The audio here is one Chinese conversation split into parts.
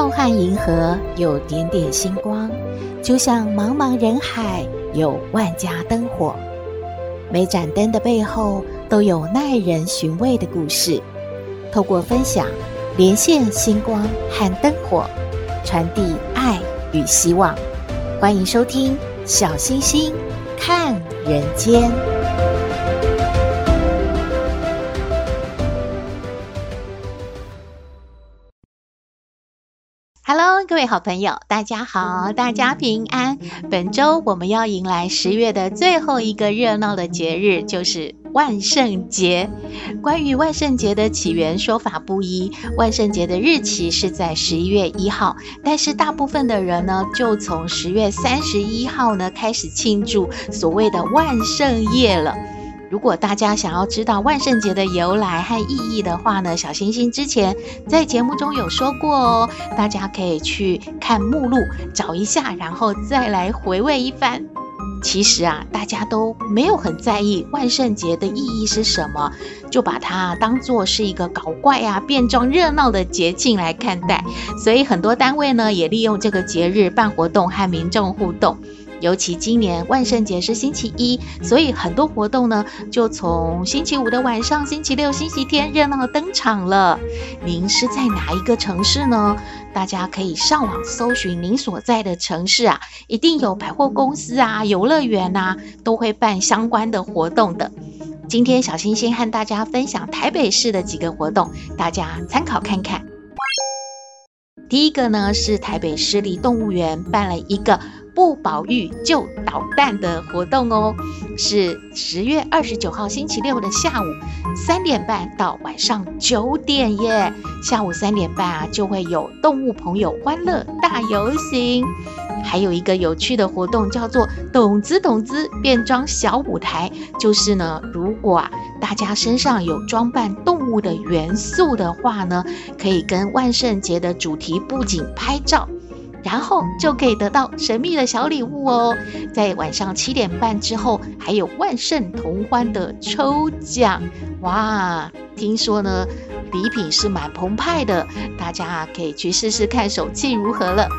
浩瀚银河有点点星光，就像茫茫人海有万家灯火。每盏灯的背后都有耐人寻味的故事。透过分享，连线星光和灯火，传递爱与希望。欢迎收听小星星看人间。Hello， 各位好朋友，大家好，大家平安。本周我们要迎来10月的最后一个热闹的节日，就是万圣节。关于万圣节的起源说法不一，万圣节的日期是在11月1号，但是大部分的人呢，就从10月31号呢开始庆祝所谓的万圣夜了。如果大家想要知道万圣节的由来和意义的话呢，小星星之前在节目中有说过哦，大家可以去看目录找一下，然后再来回味一番。其实啊，大家都没有很在意万圣节的意义是什么，就把它当作是一个搞怪啊、变装热闹的节庆来看待。所以很多单位呢，也利用这个节日办活动和民众互动。尤其今年万圣节是星期一，所以很多活动呢，就从星期五的晚上、星期六、星期天热闹登场了。您是在哪一个城市呢？大家可以上网搜寻您所在的城市啊，一定有百货公司啊、游乐园啊，都会办相关的活动的。今天小星星和大家分享台北市的几个活动，大家参考看看。第一个呢，是台北市立动物园办了一个不保育就捣蛋的活动哦，是10月29号星期六的下午3点半到晚上9点耶。下午3点半啊，就会有动物朋友欢乐大游行。还有一个有趣的活动叫做懂兹懂兹变装小舞台，就是呢，如果啊大家身上有装扮动物的元素的话呢，可以跟万圣节的主题布景拍照，然后就可以得到神秘的小礼物哦。在晚上7点半之后，还有万圣同欢的抽奖，哇，听说呢礼品是蛮澎湃的，大家可以去试试看手气如何了。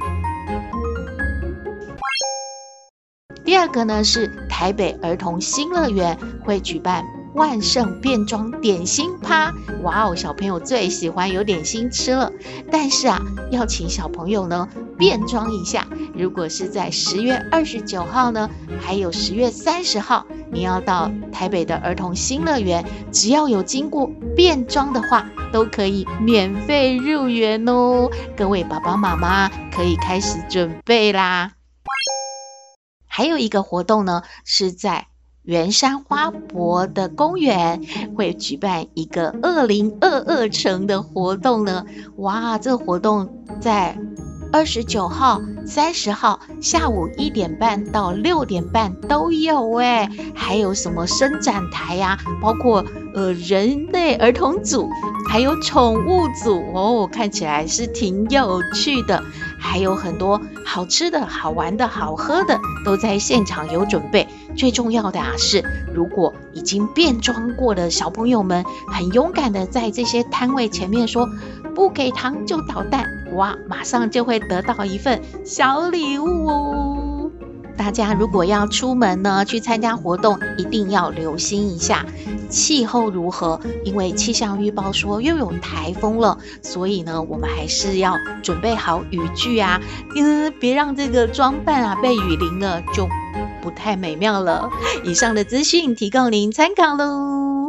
第二个呢，是台北儿童新乐园会举办万圣变装点心趴，哇哦，小朋友最喜欢有点心吃了。但是啊，要请小朋友呢变装一下。如果是在10月29号呢，还有10月30号，你要到台北的儿童新乐园，只要有经过变装的话，都可以免费入园哦。各位爸爸妈妈可以开始准备啦。还有一个活动呢，是在圆山花博的公园会举办一个2022城的活动呢。哇，这个活动在29号、30号下午1点半到6点半都有诶。还有什么伸展台啊，包括人类儿童组，还有宠物组哦，看起来是挺有趣的。还有很多好吃的、好玩的、好喝的都在现场有准备。最重要的啊是，如果已经变装过的小朋友们很勇敢的在这些摊位前面说不给糖就捣蛋，哇，马上就会得到一份小礼物哦。大家如果要出门呢，去参加活动，一定要留心一下气候如何，因为气象预报说又有台风了，所以呢，我们还是要准备好雨具啊，别让这个装扮啊被雨淋了，就不太美妙了。以上的资讯提供您参考喽。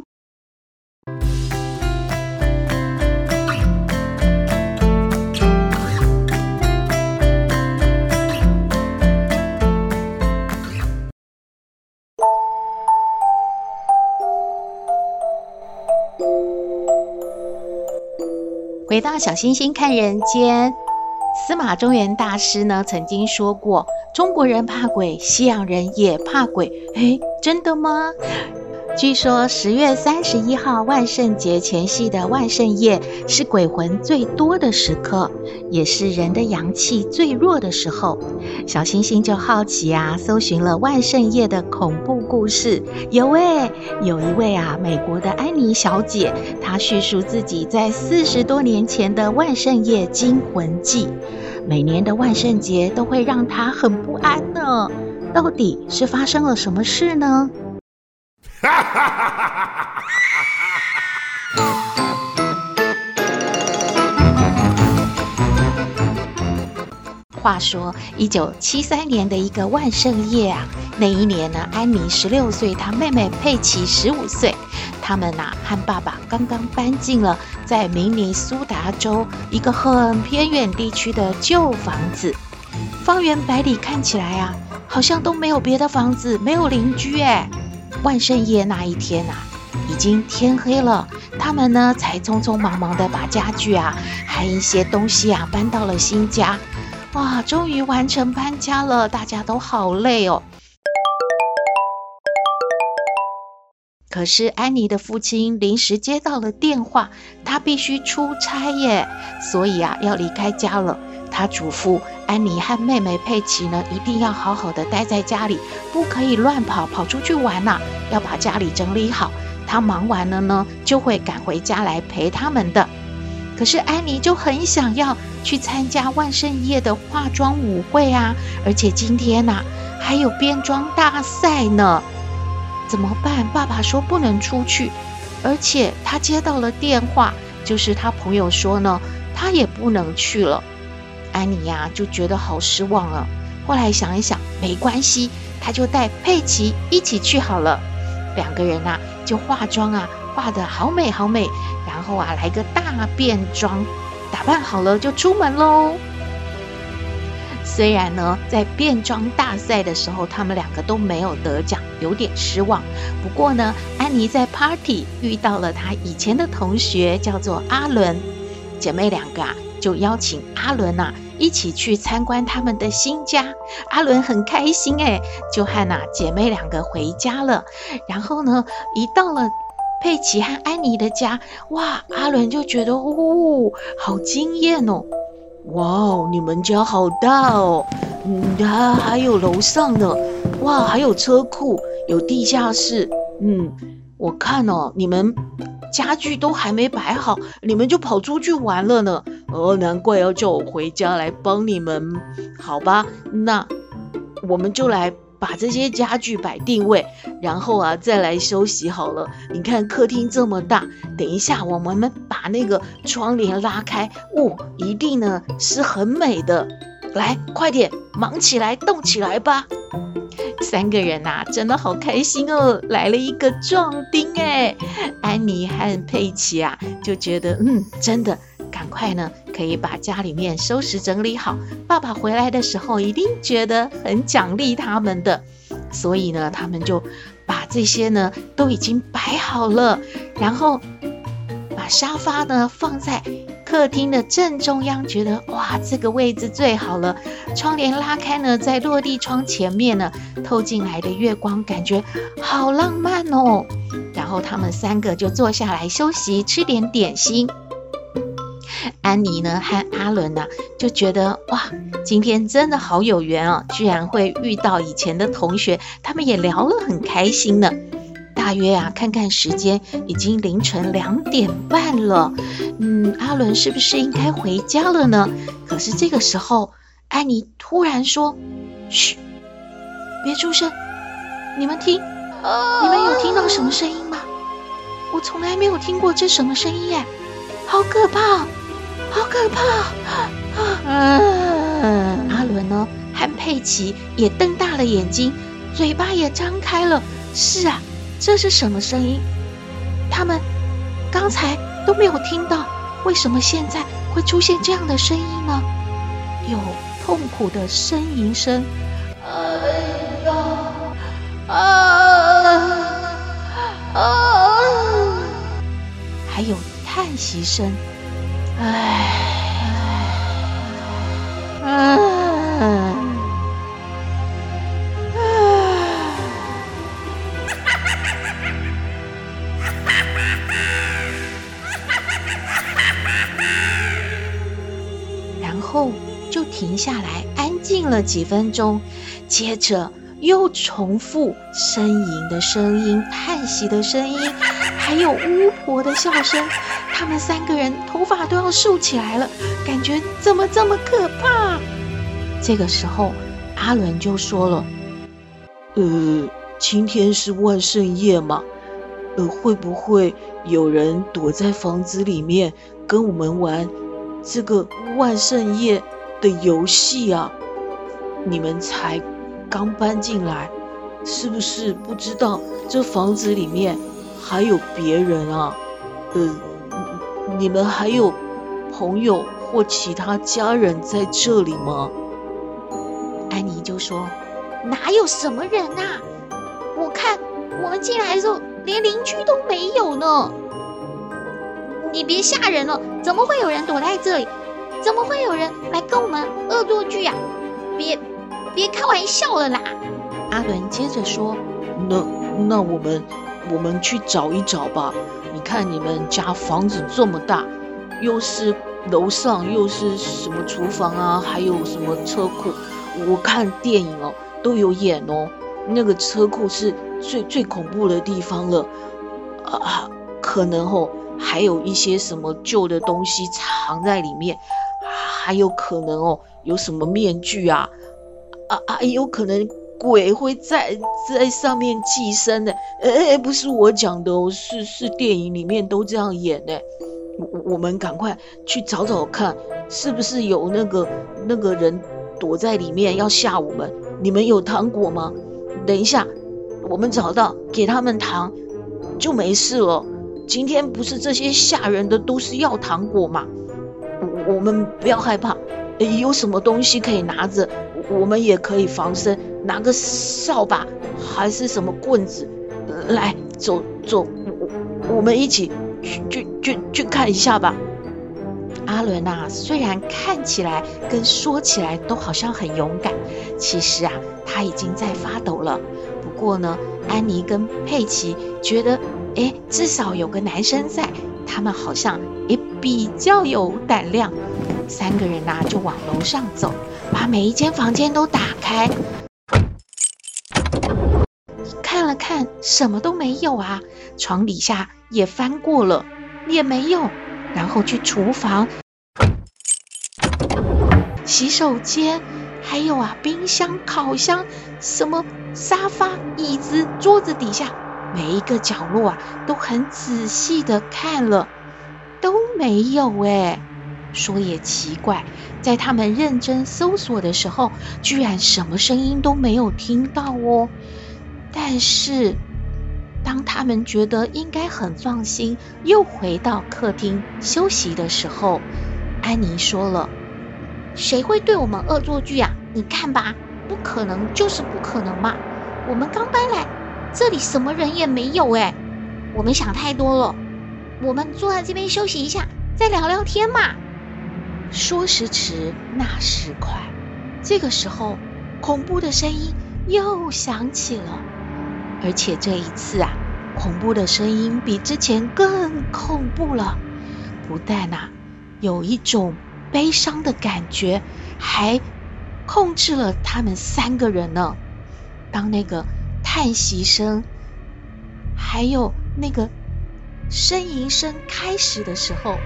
回到小星星看人间，司马中原大师呢曾经说过，中国人怕鬼，西洋人也怕鬼。诶，真的吗？ 据说10月31号万圣节前夕的万圣夜是鬼魂最多的时刻，也是人的阳气最弱的时候。小星星就好奇搜寻了万圣夜的恐怖故事。有一位美国的安妮小姐，她叙述自己在40多年前的万圣夜惊魂记。每年的万圣节都会让她很不安呢。到底是发生了什么事呢？话说1973年的一个万圣夜那一年呢，安妮16岁，她妹妹佩奇15岁，他们和爸爸刚刚搬进了在明尼苏达州一个很偏远地区的旧房子，方圆百里看起来好像都没有别的房子，没有邻居万圣夜那一天已经天黑了，他们呢才匆匆忙忙的把家具还一些东西搬到了新家。哇，终于完成搬家了，大家都好累哦。可是安妮的父亲临时接到了电话，他必须出差耶，所以要离开家了。他嘱咐安妮和妹妹佩奇呢，一定要好好的待在家里，不可以乱跑出去玩要把家里整理好。他忙完了呢，就会赶回家来陪他们的。可是安妮就很想要去参加万圣夜的化妆舞会而且今天还有变装大赛呢，怎么办？爸爸说不能出去，而且他接到了电话，就是他朋友说呢，他也不能去了。安妮就觉得好失望了。后来想一想，没关系，他就带佩奇一起去好了。两个人就化妆画得好美好美，然后来个大变装，打扮好了就出门咯。虽然呢在变装大赛的时候他们两个都没有得奖，有点失望。不过呢，安妮在 party 遇到了她以前的同学，叫做阿伦。姐妹两个就邀请阿伦一起去参观他们的新家。阿伦很开心就和姐妹两个回家了。然后呢，一到了佩奇和安妮的家，哇，阿伦就觉得好惊艳哦。哇，你们家好大哦，还有楼上呢，哇，还有车库，有地下室。我看你们家具都还没摆好，你们就跑出去玩了呢。难怪要叫我回家来帮你们。好吧，那我们就来把这些家具摆定位，然后再来休息好了。你看客厅这么大，等一下我们把那个窗帘拉开，一定呢是很美的。来，快点，忙起来，动起来吧。三个人真的好开心哦，来了一个壮丁安妮和佩奇就觉得真的赶快呢可以把家里面收拾整理好，爸爸回来的时候一定觉得很奖励他们的。所以呢他们就把这些呢都已经摆好了，然后把沙发呢放在客厅的正中央，觉得哇，这个位置最好了。窗帘拉开呢，在落地窗前面呢，透进来的月光，感觉好浪漫哦。然后他们三个就坐下来休息，吃点点心。安妮呢和阿伦就觉得哇，今天真的好有缘居然会遇到以前的同学，他们也聊了很开心呢。大约看看时间，已经凌晨2点半了。阿伦是不是应该回家了呢？可是这个时候，安妮突然说：“嘘，别出声！你们听，你们有听到什么声音吗？我从来没有听过这什么声音耶，好可怕，好可怕！”阿伦呢，和佩奇也瞪大了眼睛，嘴巴也张开了。是啊。这是什么声音？他们刚才都没有听到，为什么现在会出现这样的声音呢？有痛苦的呻吟声，还有叹息声， 停下来，安静了几分钟，接着又重复呻吟的声音、叹息的声音，还有巫婆的笑声。他们三个人头发都要竖起来了，感觉怎么这么可怕？这个时候，阿伦就说了：“ 今天是万圣夜嘛，会不会有人躲在房子里面跟我们玩这个万圣夜的游戏啊？你们才刚搬进来，是不是不知道这房子里面还有别人啊？你们还有朋友或其他家人在这里吗？” 安妮就说：“哪有什么人啊？我看我们进来的时候连邻居都没有呢。你别吓人了，怎么会有人躲在这里？怎么会有人来跟我们恶作剧啊？别开玩笑了啦！”阿伦接着说：“ 那我们去找一找吧。你看你们家房子这么大，又是楼上又是什么厨房啊，还有什么车库。我看电影哦都有演哦，那个车库是最恐怖的地方了可能还有一些什么旧的东西藏在里面，还有可能有什么面具啊，有可能鬼会在上面寄生的。不是我讲的哦，是电影里面都这样演的。我们赶快去找找看，是不是有那个人躲在里面要吓我们？你们有糖果吗？等一下，我们找到给他们糖就没事了。今天不是这些吓人的都是要糖果吗？我们不要害怕，有什么东西可以拿着，我们也可以防身，拿个扫把还是什么棍子，来走，我们一起去看一下吧。 阿伦啊，虽然看起来跟说起来都好像很勇敢，其实啊，他已经在发抖了。不过呢，安妮跟佩奇觉得，至少有个男生在，他们好像也比较有胆量。三个人啊，就往楼上走，把每一间房间都打开，看了看，什么都没有啊。床底下也翻过了，也没有。然后去厨房、洗手间，还有冰箱、烤箱，什么沙发、椅子、桌子底下，每一个角落都很仔细的看了，都没有。说也奇怪，在他们认真搜索的时候，居然什么声音都没有听到哦。但是当他们觉得应该很放心，又回到客厅休息的时候，安妮说了：“谁会对我们恶作剧啊？你看吧，不可能就是不可能嘛！我们刚搬来，这里什么人也没有我们想太多了。我们坐在这边休息一下，再聊聊天嘛。”说时迟，那时快，这个时候恐怖的声音又响起了。而且这一次恐怖的声音比之前更恐怖了。不但有一种悲伤的感觉，还控制了他们三个人呢。当那个叹息声，还有那个呻吟声开始的时候，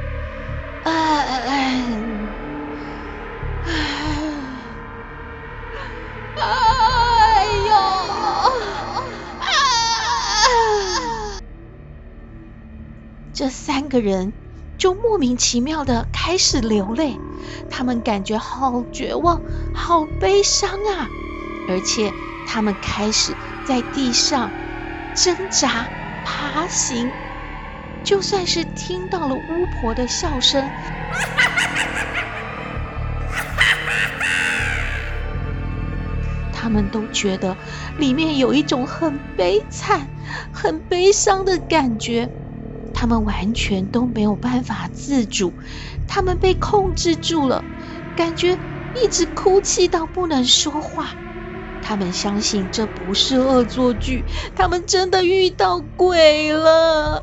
这三个人就莫名其妙的开始流泪，他们感觉好绝望，好悲伤啊！而且他们开始在地上挣扎、爬行，就算是听到了巫婆的笑声，他们都觉得里面有一种很悲惨、很悲伤的感觉。他们完全都没有办法自主，他们被控制住了，感觉一直哭泣到不能说话。他们相信这不是恶作剧，他们真的遇到鬼了。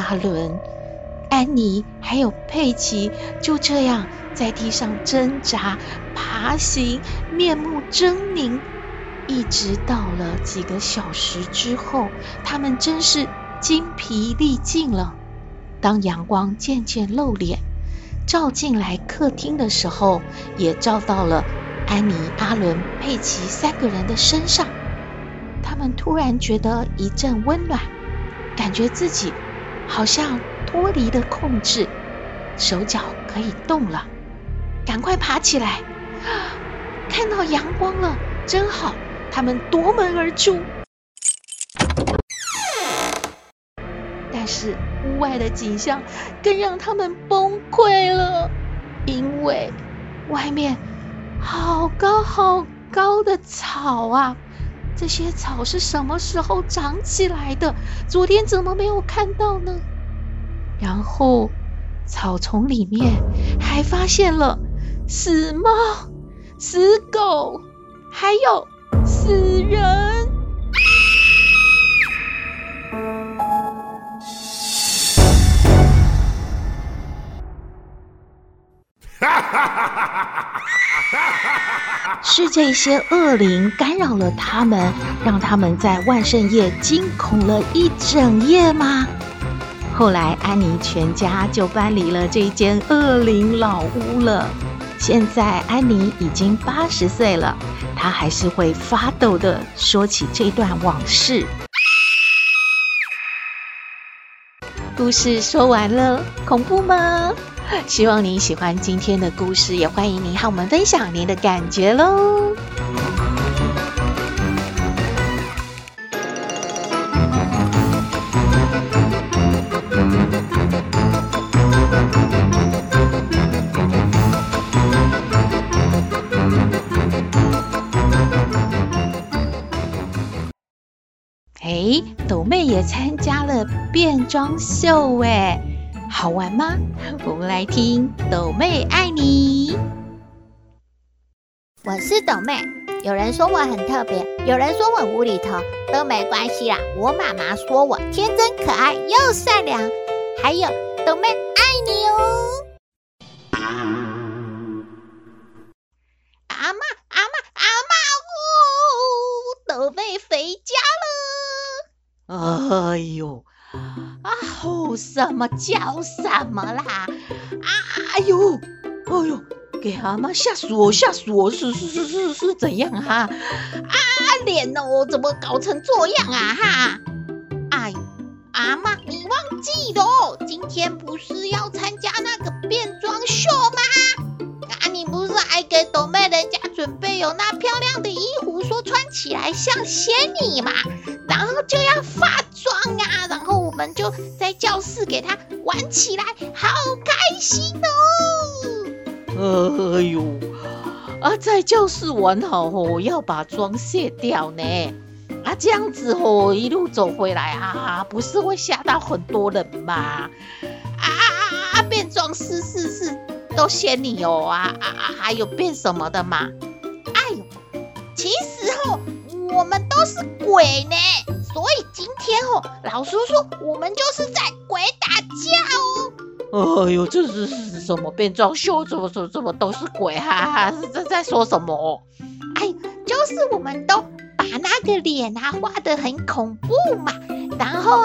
阿伦、安妮还有佩奇就这样在地上挣扎、爬行，面目狰狞。一直到了几个小时之后，他们真是精疲力尽了。当阳光渐渐露脸，照进来客厅的时候，也照到了安妮、阿伦、佩奇3个人的身上。他们突然觉得一阵温暖，感觉自己好像脱离了控制，手脚可以动了。赶快爬起来！看到阳光了，真好！他们夺门而出。但是屋外的景象更让他们崩溃了，因为外面好高好高的草啊！这些草是什么时候长起来的？昨天怎么没有看到呢？然后草丛里面还发现了死猫、死狗，还有死人。是这些恶灵干扰了他们，让他们在万圣夜惊恐了一整夜吗？后来安妮全家就搬离了这间恶灵老屋了。现在安妮已经80岁了，她还是会发抖的说起这段往事。故事说完了，恐怖吗？希望您喜欢今天的故事，也欢迎您和我们分享您的感觉咯。斗妹也参加了变装秀耶，好玩吗？我们来听斗妹爱你。 我是斗妹，有人说我很特别，有人说我无厘头，都没关系啦。我妈妈说我天真可爱又善良，还有斗妹爱你哦。阿嬷，斗妹回家了。 哎呦，吼什么叫什么啦？哎呦，给阿妈吓死我！是怎样哈？ 脸哦，怎么搞成这样啊哈？哎，阿妈，你忘记了哦，今天不是要参加那个变装秀吗？你不是还给斗妹人家准备有那漂亮的衣服，说穿起来像仙女嘛？然后就要化妆啊，然后我们就在教室给她玩起来，好开心哦！哎呦，在教室玩好要把妆卸掉呢。这样子一路走回来不是会吓到很多人吗？ 变装是都仙女哦还有变什么的嘛？哎呦，其实我们都是鬼呢，所以今天老师说我们就是在鬼打架哦。 哎呦，这是什么变装秀？怎么都是鬼？是在说什么？ 哎，就是我们都把那个脸画得很恐怖嘛，然后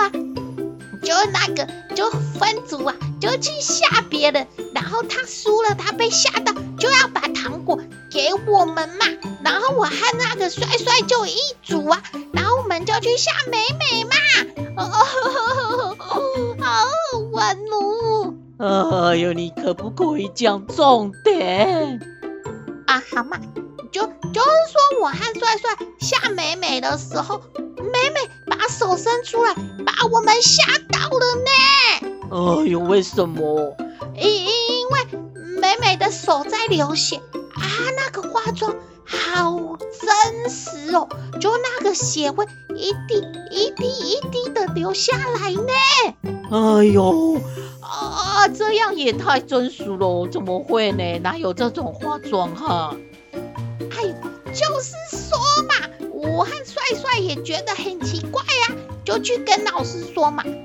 就分组就去吓别人，然后他输了，他被吓到，就要把糖果给我们嘛。然后我和那个帅帅就一组然后我们就去吓美美嘛。好好玩哦！ 哎呦，你可不可以讲重点？ 好嘛，就是说我和帅帅吓美美的时候，美美把手伸出来，把我们吓到了呢。 哎呦，为什么？ 因为美美的手在流血那个化妆好真实哦，就那个血会一滴一滴一滴的流下来呢。 哎呦，这样也太真实了，怎么会呢？哪有这种化妆哈？ 哎呦，就是说嘛，我和帅帅也觉得很奇怪就去跟老师说嘛。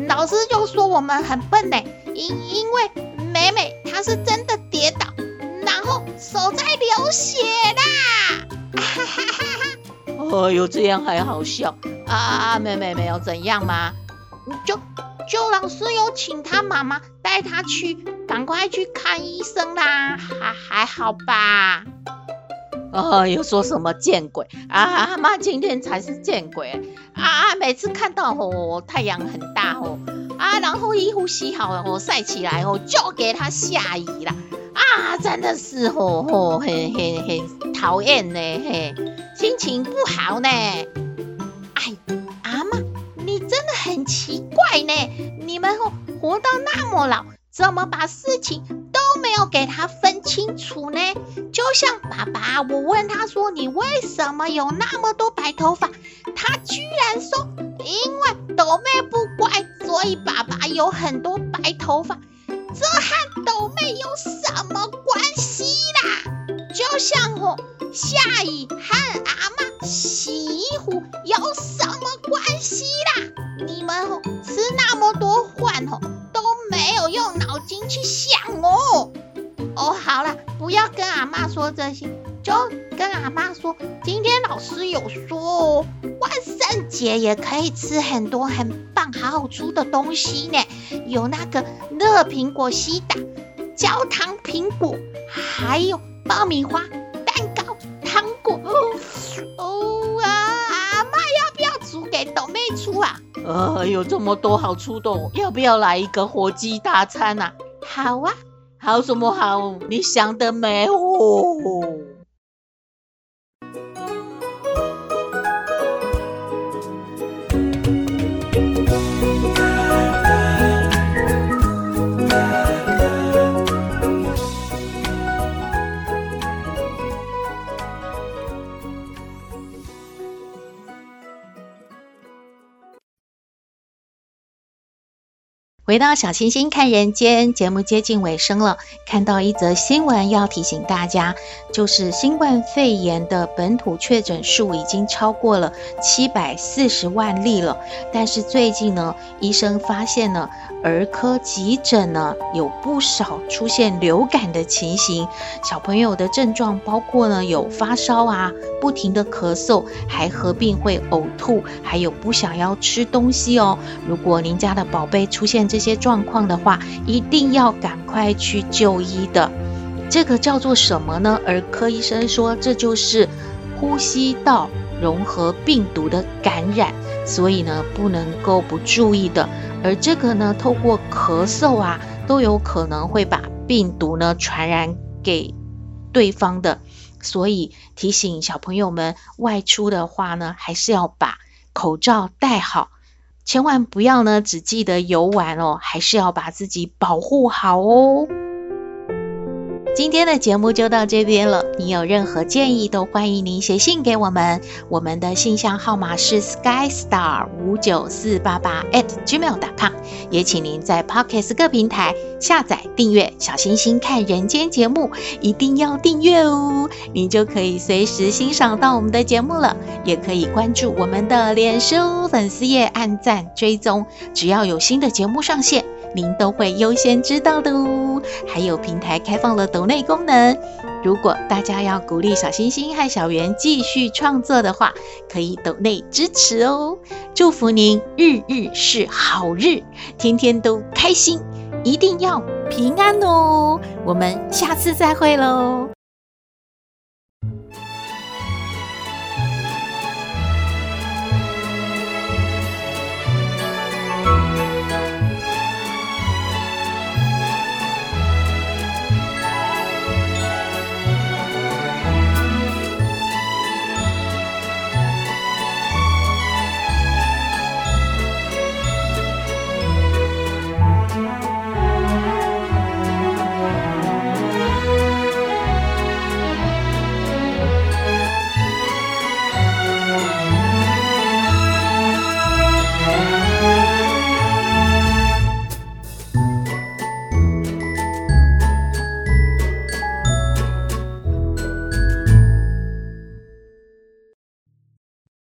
老师就说我们很笨呢，因为美美她是真的跌倒，然后手在流血啦。 哎呦，这样还好笑啊，妹妹没有怎样吗？就老师有请她妈妈带她去，赶快去看医生啦，还好吧？ 又说什么见鬼啊！阿妈今天才是见鬼啊！每次看到太阳很大然后衣服洗好了晒起来就给它下雨啦啊！真的是很讨厌呢，心情不好呢。哎，阿嬷，你真的很奇怪呢，你们活到那么老，怎么把事情都没有给他分清楚呢？就像爸爸，我问他说你为什么有那么多白头发，他居然说因为斗妹不乖，所以爸爸有很多白头发。这和斗妹有什么关系啦？就像下雨和阿嬷洗衣服有什么关系啦？你们吃那么多饭都没有用脑筋去想好了，不要跟阿嬷说这些，就跟阿嬷说，今天老师有说万圣节也可以吃很多很棒好吃的东西呢，有那个热苹果西打、焦糖苹果，还有爆米花、蛋糕、糖果。阿嬷要不要煮给斗妹吃啊？ 有这么多好吃的，要不要来一个火鸡大餐啊？ 好啊。 好什么好？你想得美回到小星星看人间，节目接近尾声了，看到一则新闻要提醒大家，就是新冠肺炎的本土确诊数已经超过了740万例了，但是最近呢，医生发现呢，儿科急诊呢有不少出现流感的情形，小朋友的症状包括呢有发烧啊，不停的咳嗽，还合并会呕吐，还有不想要吃东西哦。如果您家的宝贝出现这些状况的话，一定要赶快去就医的。这个叫做什么呢？儿科医生说这就是呼吸道融合病毒的感染，所以呢不能够不注意的。而这个呢透过咳嗽啊都有可能会把病毒呢传染给对方的，所以提醒小朋友们外出的话呢，还是要把口罩戴好，千万不要呢只记得游玩哦，还是要把自己保护好哦。今天的节目就到这边了，你有任何建议都欢迎您写信给我们，我们的信箱号码是 skystar59488@gmail.com， 也请您在 Podcast 各平台下载订阅小星星看人间节目，一定要订阅哦，你就可以随时欣赏到我们的节目了，也可以关注我们的脸书粉丝页，按赞追踪，只要有新的节目上线，您都会优先知道的哦。还有平台开放了抖内功能，如果大家要鼓励小星星和小圆继续创作的话，可以抖内支持哦。祝福您日日是好日，天天都开心，一定要平安哦。我们下次再会喽。